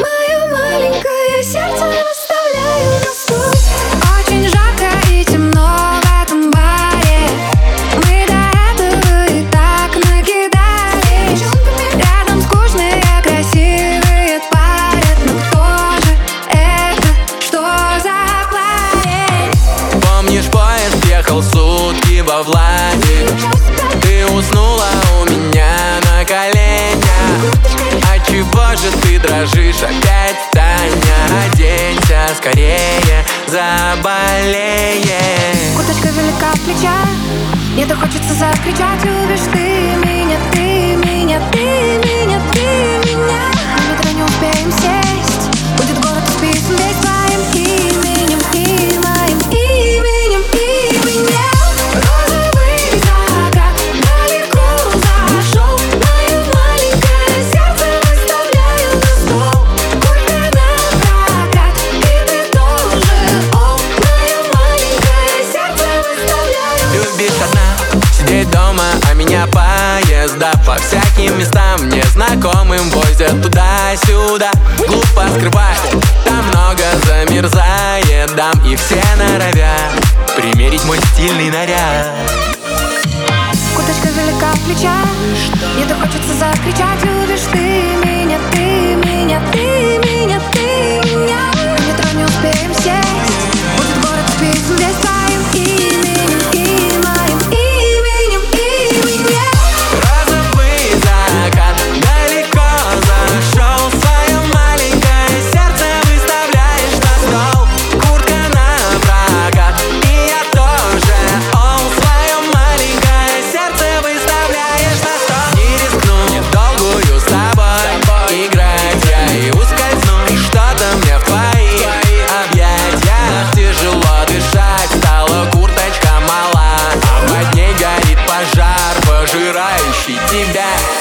мое маленькое сердце выставляю на стол. Очень жарко и темно в этом баре. Мы до этого и так накидались. Рядом скучные, красивые парят. Но кто же это? Что за парень? Помнишь, поезд ехал сутки во Владик? Ты уснула у меня на коленях. Отчего же ты дрожишь опять, Таня? Оденься скорее, заболеешь. Курточка велика в плечах, мне так хочется закричать. Любишь ты меня, ты меня, ты меня, ты меня. На метро не успеем сесть, будет город исписан весь твоим именем и моим именем и меня. Розовый закат далеко зашел, мое маленькое сердце выставляю на стол. Куртка на прокат, и ты тоже, о, мое маленькое сердце выставляю. Любишь одна сидеть дома, а меня поезда по всяким местам незнакомым возят туда-сюда. Глупо скрывать, там много замерзает дам, и все норовят примерить мой стильный наряд. Курточка велика в плечах, мне так хочется закричать. Любишь ты меня, ты меня, ты меня, ты меня. В метро не успеем сесть, будет город списан весь твоим именем и моим именем и меня. Розовый закат далеко зашел, свое маленькое сердце выставляешь на стол. Куртка на прокат, и я тоже, о, свое маленькое сердце выставляешь на стол. Не рискну мне в долгую с тобой играть, я и ускользну, и что-то мне в твоих объятиях тяжело дышать. Стала курточка мала, а под ней горит пожар, пожирающий тебя.